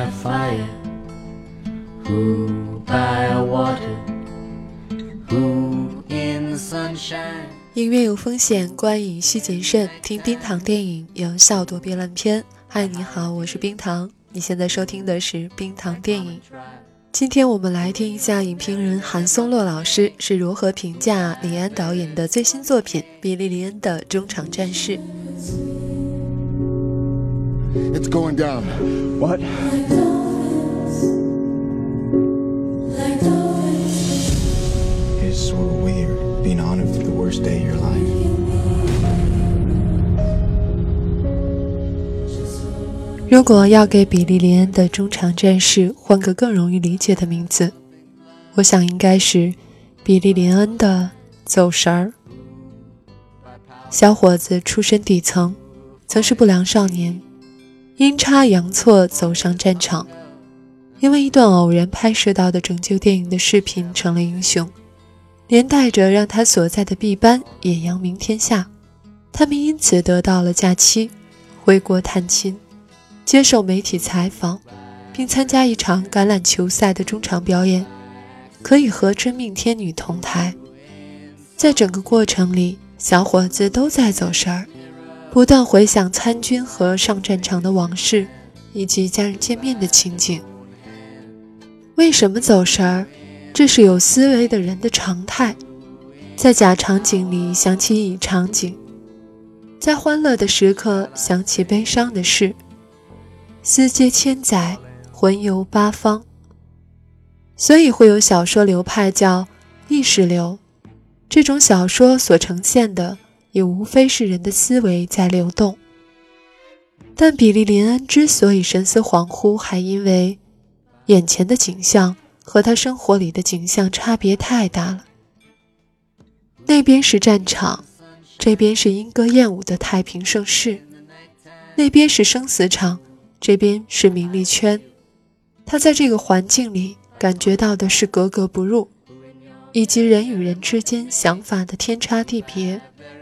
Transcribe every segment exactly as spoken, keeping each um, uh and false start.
a fire, who by a water, who in the sunshine。 音乐有风险，观影需谨慎。听冰糖电影，有笑躲避烂片。嗨，你好，我是冰糖，你现在收听的是冰糖电影。今天我们来听一下影评人韩松洛老师是如何评价李安导演的最新作品《比利·林恩的中场战事》。 It's going down. What? It's sort of weird being honored for the worst day of your life. 如果要给比利·林恩的中场战事换个更容易理解的名字，我想应该是比利·林恩的走神儿。小伙子出身底层，曾是不良少年，阴差阳错走上战场，因为一段偶然拍摄到的拯救电影的视频成了英雄，连带着让他所在的 B 班也扬名天下。他们因此得到了假期，回国探亲，接受媒体采访，并参加一场橄榄球赛的中场表演，可以和真命天女同台。在整个过程里，小伙子都在走神儿，不断回想参军和上战场的往事，以及家人见面的情景。为什么走神儿？这是有思维的人的常态，在假场景里想起乙场景，在欢乐的时刻想起悲伤的事，思接千载，魂游八方。所以会有小说流派叫意识流，这种小说所呈现的也无非是人的思维在流动。但比利·林恩之所以神思恍惚，还因为眼前的景象和他生活里的景象差别太大了。那边是战场，这边是莺歌燕舞的太平盛世，那边是生死场，这边是名利圈。他在这个环境里感觉到的是格格不入，以及人与人之间想法的天差地别。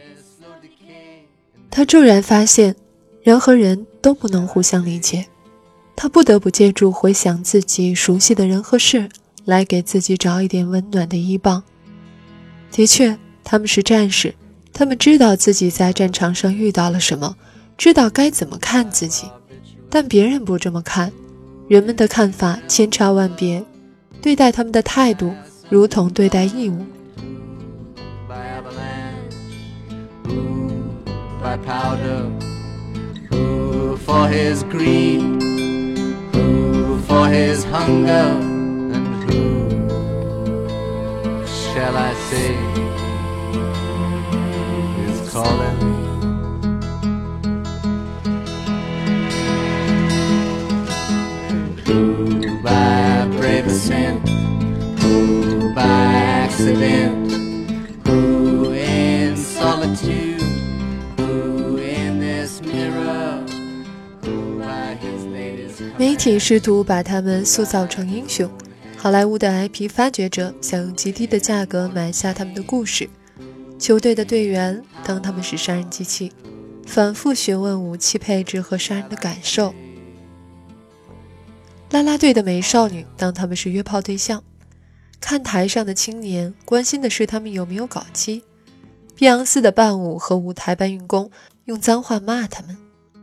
他骤然发现人和人都不能互相理解，他不得不借助回想自己熟悉的人和事来给自己找一点温暖的依傍。的确，他们是战士，他们知道自己在战场上遇到了什么，知道该怎么看自己，但别人不这么看，人们的看法千差万别，对待他们的态度如同对待异物。 By powder, who for his greed, who for his hunger, and who shall I say is calling? Who by brave ascent, who by accident, who in solitude, 媒体试图把他们塑造成英雄，好莱坞的 I P 发掘者想用极低的价格买下他们的故事，球队的队员当他们是杀人机器，反复询问武器配置和杀人的感受，啦啦队的美少女当他们是约炮对象，看台上的青年关心的是他们有没有搞基，碧昂斯的伴舞和舞台搬运工用脏话骂他们。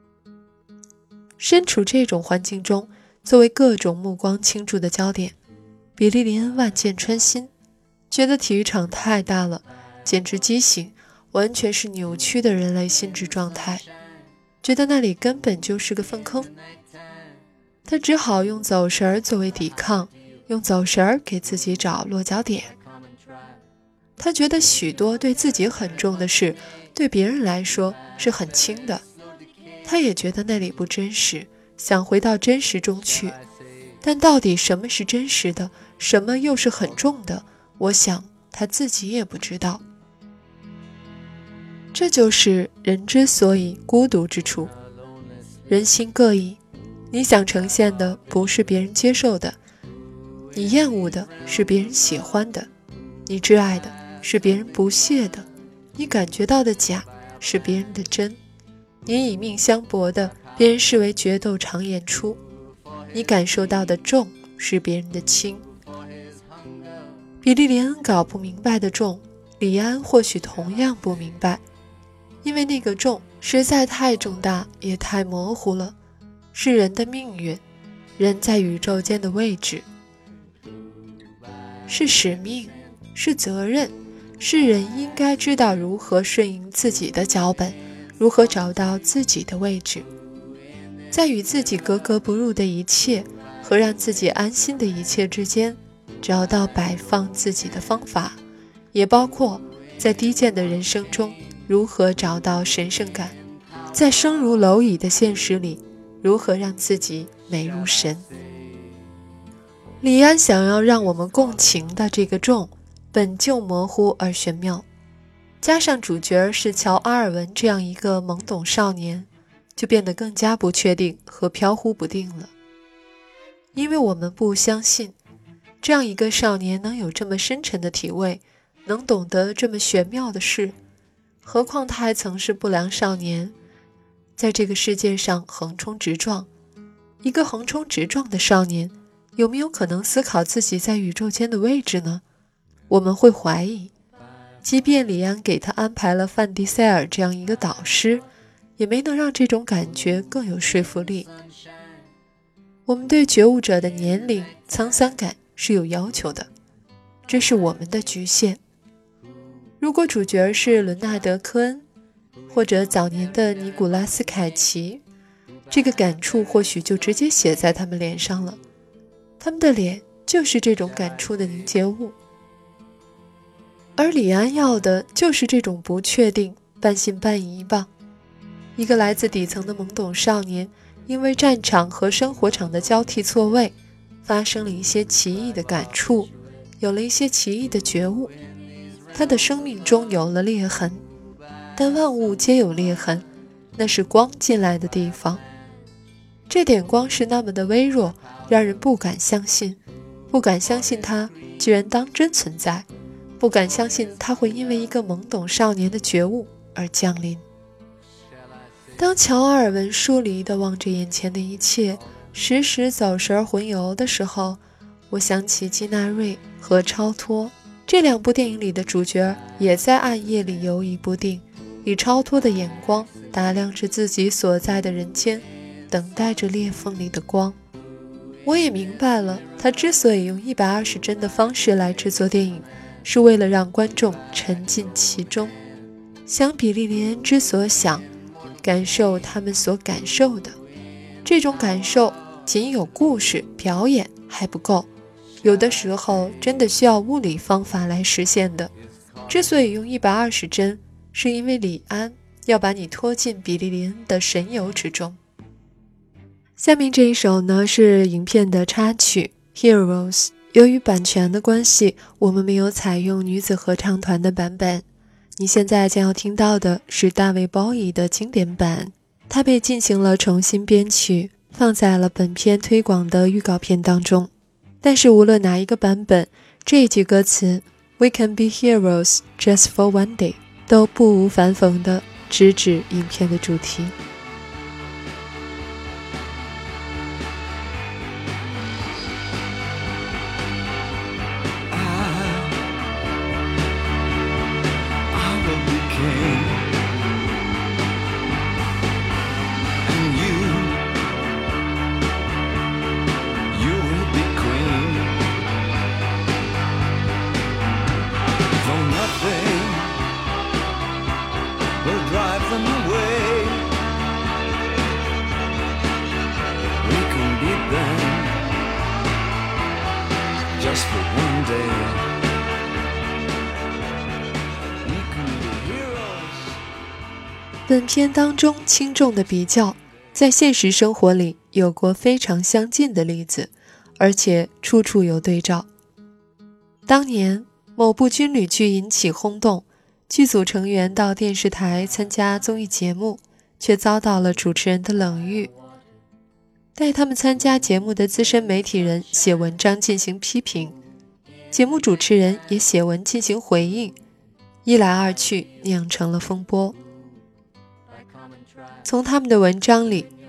身处这种环境中，作为各种目光倾注的焦点，比利·林恩万箭穿心，觉得体育场太大了，简直畸形，完全是扭曲的人类心智状态，觉得那里根本就是个粪坑。他只好用走神儿作为抵抗，用走神儿给自己找落脚点。他觉得许多对自己很重的事，对别人来说是很轻的。他也觉得那里不真实，想回到真实中去，但到底什么是真实的，什么又是很重的，我想他自己也不知道。这就是人之所以孤独之处。人心各异，你想呈现的不是别人接受的，你厌恶的是别人喜欢的，你挚爱的是别人不屑的，你感觉到的假是别人的真，你以命相搏的别人视为决斗场演出， 你感受到的重是别人的轻。比利连恩搞不明白的重，李安或许同样不明白，因为那个重实在太重大，也太模糊了，是人的命运，人在宇宙间的位置，是使命，是责任，是人应该知道如何顺应自己的脚本，如何找到自己的位置，在与自己格格不入的一切和让自己安心的一切之间找到摆放自己的方法，也包括在低贱的人生中如何找到神圣感，在生如蝼蚁的现实里如何让自己美如神。李安想要让我们共情的这个重本就模糊而玄妙，加上主角是乔·阿尔文这样一个懵懂少年，就变得更加不确定和飘忽不定了。因为我们不相信这样一个少年能有这么深沉的体味，能懂得这么玄妙的事，何况他还曾是不良少年，在这个世界上横冲直撞。一个横冲直撞的少年有没有可能思考自己在宇宙间的位置呢？我们会怀疑，即便李安给他安排了范迪塞尔这样一个导师，也没能让这种感觉更有说服力。我们对觉悟者的年龄沧桑感是有要求的，这是我们的局限。如果主角是伦纳德·科恩或者早年的尼古拉斯·凯奇，这个感触或许就直接写在他们脸上了，他们的脸就是这种感触的凝结物。而李安要的就是这种不确定，半信半疑吧。一个来自底层的懵懂少年，因为战场和生活场的交替错位，发生了一些奇异的感触，有了一些奇异的觉悟。他的生命中有了裂痕，但万物皆有裂痕，那是光进来的地方。这点光是那么的微弱，让人不敢相信，不敢相信它居然当真存在，不敢相信它会因为一个懵懂少年的觉悟而降临。当乔·阿尔文疏离地望着眼前的一切，时时走神魂游的时候，我想起基纳瑞和超脱，这两部电影里的主角也在暗夜里游移不定，以超脱的眼光打量着自己所在的人间，等待着裂缝里的光。我也明白了，他之所以用一百二十帧的方式来制作电影，是为了让观众沉浸其中，想比利林恩之所想，感受他们所感受的。这种感受仅有故事表演还不够，有的时候真的需要物理方法来实现的。之所以用一百二十帧，是因为李安要把你拖进比利林恩的神游之中。下面这一首呢是影片的插曲 Heroes， 由于版权的关系，我们没有采用女子合唱团的版本。你现在将要听到的是大卫鲍伊的经典版，它被进行了重新编曲，放在了本片推广的预告片当中。但是无论哪一个版本，这一句歌词 We can be heroes just for one day 都不无反讽地直指影片的主题。 Just for one day, we can be heroes. 本片当中轻重的比较，在现实生活里有过非常相近的例子，而且处处有对照。当年某部军旅剧引起轰动，剧组成员到电视台参加综艺节目，却遭到了主持人的冷遇。带他们参加节目的资深媒体人写文章进行批评，节目主持人也写文进行回应，一来二去酿成了风波。从他们的文章里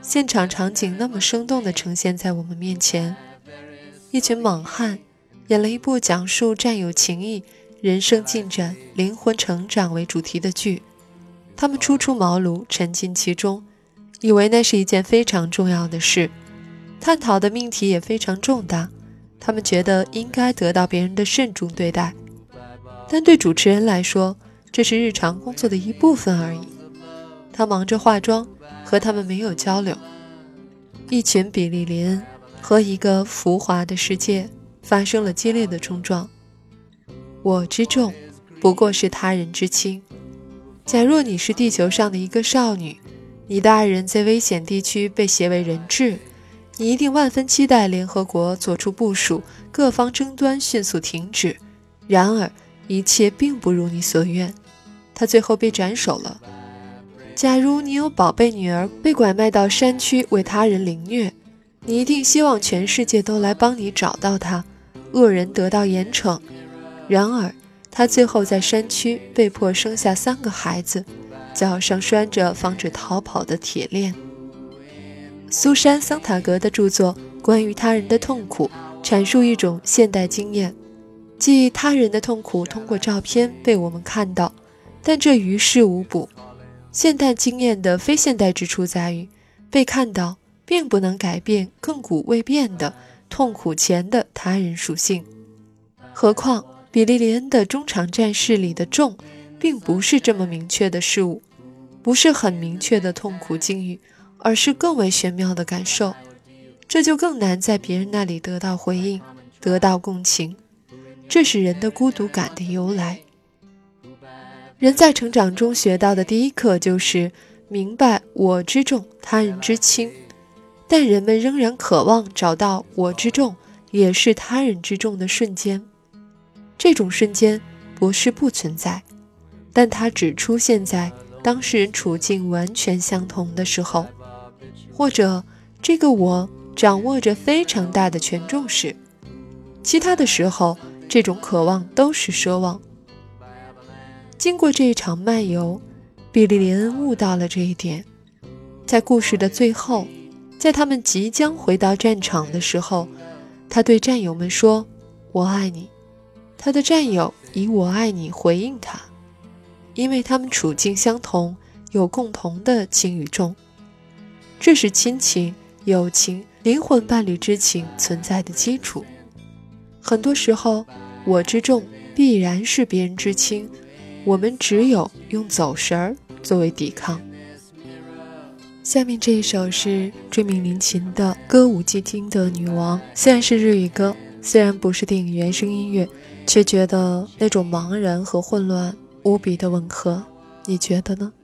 现场场景那么生动地呈现在我们面前。一群莽汉演了一部讲述战友情谊、人生进展、灵魂成长为主题的剧，他们初出茅庐，沉浸其中，以为那是一件非常重要的事，探讨的命题也非常重大，他们觉得应该得到别人的慎重对待。但对主持人来说，这是日常工作的一部分而已。他忙着化妆，和他们没有交流。一群比利林恩和一个浮华的世界发生了激烈的冲撞。我之重不过是他人之轻。假若你是地球上的一个少女，你的爱人在危险地区被挟为人质，你一定万分期待联合国做出部署，各方争端迅速停止。然而一切并不如你所愿，他最后被斩首了。假如你有宝贝女儿被拐卖到山区为他人凌虐，你一定希望全世界都来帮你找到她，恶人得到严惩。然而她最后在山区被迫生下三个孩子，脚上拴着防止逃跑的铁链。苏珊·桑塔格的著作《关于他人的痛苦》阐述一种现代经验，即他人的痛苦通过照片被我们看到，但这于事无补。现代经验的非现代之处在于，被看到并不能改变亘古未变的痛苦前的他人属性。何况比利林恩的中场战事里的重并不是这么明确的事物，不是很明确的痛苦境遇，而是更为玄妙的感受。这就更难在别人那里得到回应，得到共情。这是人的孤独感的由来。人在成长中学到的第一课就是明白我之重，他人之轻，但人们仍然渴望找到我之重也是他人之重的瞬间。这种瞬间不是不存在，但它只出现在当事人处境完全相同的时候，或者这个我掌握着非常大的权重时。其他的时候，这种渴望都是奢望。经过这一场漫游，比利林恩悟到了这一点。在故事的最后，在他们即将回到战场的时候，他对战友们说：我爱你。他的战友以我爱你回应他，因为他们处境相同，有共同的轻与重。这是亲情、友情、灵魂伴侣之情存在的基础。很多时候，我之重必然是别人之轻，我们只有用走神儿作为抵抗。下面这一首是追名林檎的《歌舞伎町的女王》，虽然是日语歌，虽然不是电影原声音乐，却觉得那种茫然和混乱无比的吻合。你觉得呢？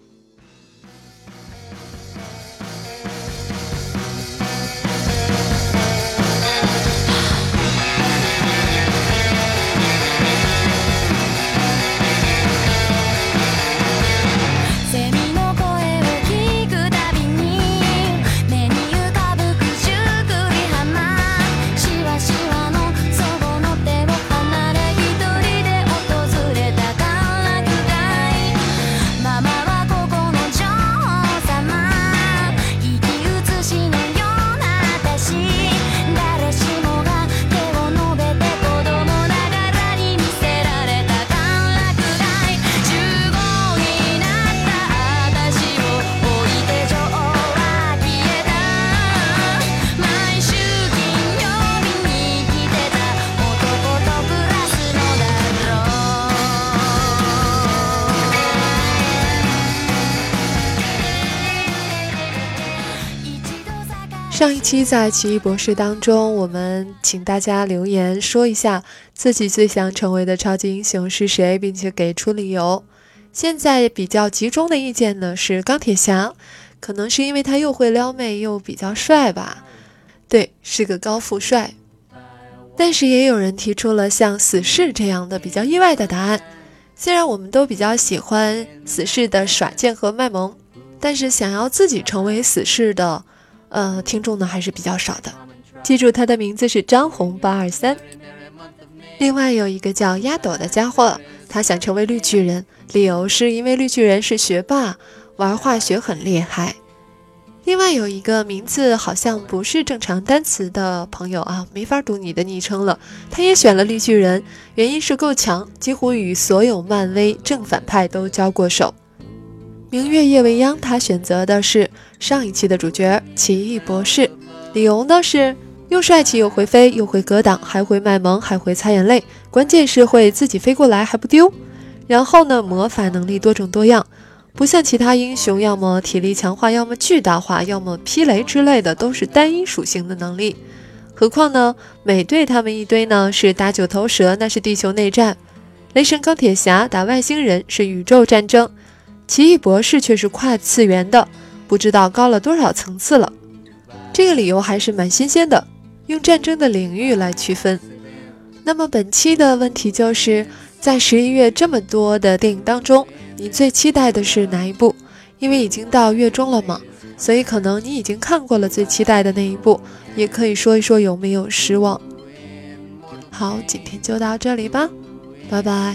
上一期在奇异博士当中，我们请大家留言说一下自己最想成为的超级英雄是谁，并且给出理由。现在比较集中的意见呢是钢铁侠，可能是因为他又会撩妹又比较帅吧，对，是个高富帅。但是也有人提出了像死侍这样的比较意外的答案。虽然我们都比较喜欢死侍的耍剑和卖萌，但是想要自己成为死侍的呃，听众呢还是比较少的。记住他的名字是张红八二三。另外有一个叫丫斗的家伙，他想成为绿巨人，理由是因为绿巨人是学霸，玩化学很厉害。 另外有一个名字好像不是正常单词的朋友啊，没法读你的昵称了，他也选了绿巨人，原因是够强，几乎与所有漫威正反派都交过手。明月夜未央他选择的是上一期的主角奇异博士，理由呢是又帅气又会飞又会格挡还会卖萌还会擦眼泪，关键是会自己飞过来还不丢。然后呢，魔法能力多种多样，不像其他英雄要么体力强化要么巨大化要么劈雷之类的都是单一属性的能力。何况呢，美队他们一堆呢是打九头蛇，那是地球内战，雷神钢铁侠打外星人是宇宙战争，奇异博士却是跨次元的，不知道高了多少层次了。这个理由还是蛮新鲜的，用战争的领域来区分。那么本期的问题就是，在十一月这么多的电影当中，你最期待的是哪一部？因为已经到月中了嘛，所以可能你已经看过了最期待的那一部，也可以说一说有没有失望。好，今天就到这里吧，拜拜。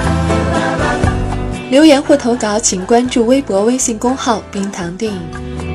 留言或投稿请关注微博微信公号冰糖电影。